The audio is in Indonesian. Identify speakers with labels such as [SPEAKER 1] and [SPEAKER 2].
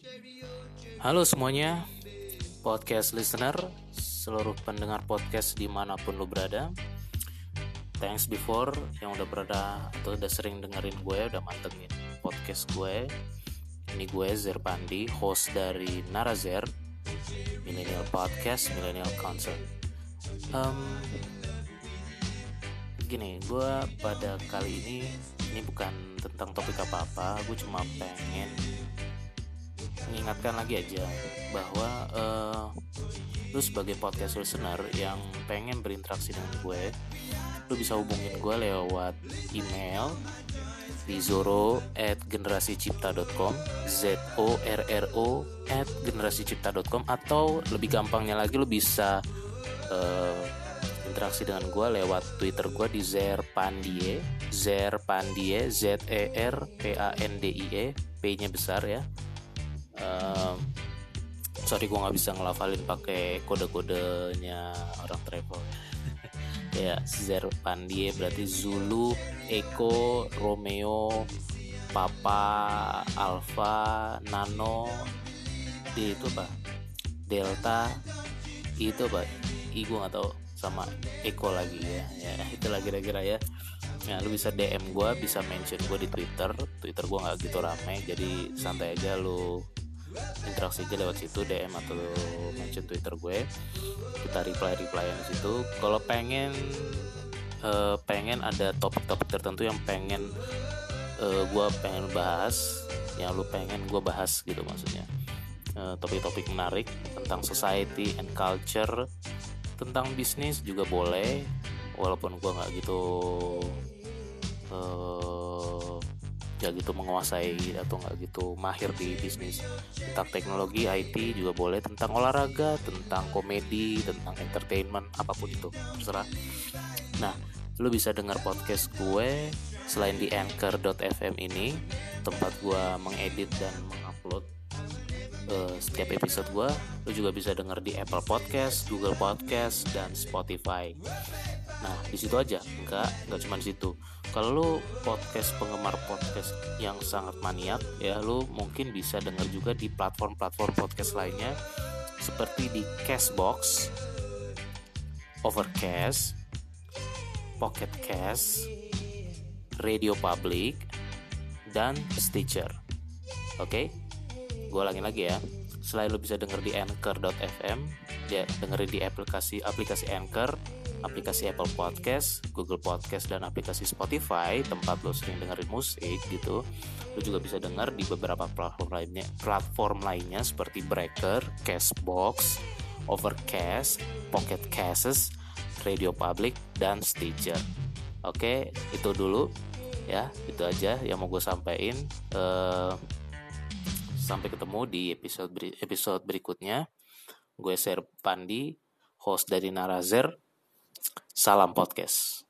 [SPEAKER 1] Halo semuanya, podcast listener, seluruh pendengar podcast dimanapun lo berada. Thanks before yang udah berada atau udah sering dengerin gue, udah mantengin podcast gue. Ini gue Zer Pandi, host dari Narazer, Millennial Podcast, Millennial Concert. Gini, gue pada kali ini bukan tentang topik apa-apa, gue cuma pengen mengingatkan lagi aja bahwa lu sebagai podcast listener yang pengen berinteraksi dengan gue, lu bisa hubungin gue lewat email di zoro@generasicipta.com, zorro@generasicipta.com, atau lebih gampangnya lagi lu bisa interaksi dengan gue lewat Twitter gue di Zerpandie, Zerpandie, P-nya besar ya. Sorry gue nggak bisa ngelafalin pakai kode-kodenya orang travel. Ya, Zerpandie berarti Zulu, Eko, Romeo, Papa, Alpha, Nano, itu apa? Delta, itu apa? Gue nggak tahu, sama Eko lagi ya. Ya itulah kira-kira ya. Nah, lu bisa DM gue, bisa mention gue di Twitter gue nggak gitu rame, jadi santai aja lu interaksi aja lewat situ, DM atau mention Twitter gue, kita reply-replyan di situ. Kalau pengen ada topik-topik tertentu yang pengen gue pengen bahas, yang lu pengen gue bahas gitu maksudnya, topik-topik menarik tentang society and culture, tentang bisnis juga boleh, walaupun gue nggak gitu menguasai atau nggak gitu mahir di bisnis. Tentang teknologi, IT juga boleh, tentang olahraga, tentang komedi, tentang entertainment, apapun itu terserah. Nah, lu bisa dengar podcast gue selain di anchor.fm ini, tempat gue mengedit dan mengupload setiap episode gue. Lu juga bisa denger di Apple Podcast, Google Podcast, dan Spotify. Nah, di situ aja, nggak cuma di situ. Kalau lu penggemar podcast yang sangat maniak ya, lu mungkin bisa denger juga di platform-platform podcast lainnya seperti di Castbox, Overcast, Pocket Cast, Radio Public, dan Stitcher. Oke? Gue ulangin lagi ya. Selain lu bisa denger di anchor.fm, dia dengerin di aplikasi Anchor, aplikasi Apple Podcast, Google Podcast, dan aplikasi Spotify, tempat lo sering dengerin musik gitu. Lo juga bisa denger di beberapa platform lainnya seperti Breaker, Castbox, Overcast, Pocket Casts, Radio Public, dan Stitcher. Oke, itu dulu ya, itu aja yang mau gue sampaikan. Sampai ketemu di episode berikutnya. Gue Zer Pandi, host dari Narazer. Salam podcast.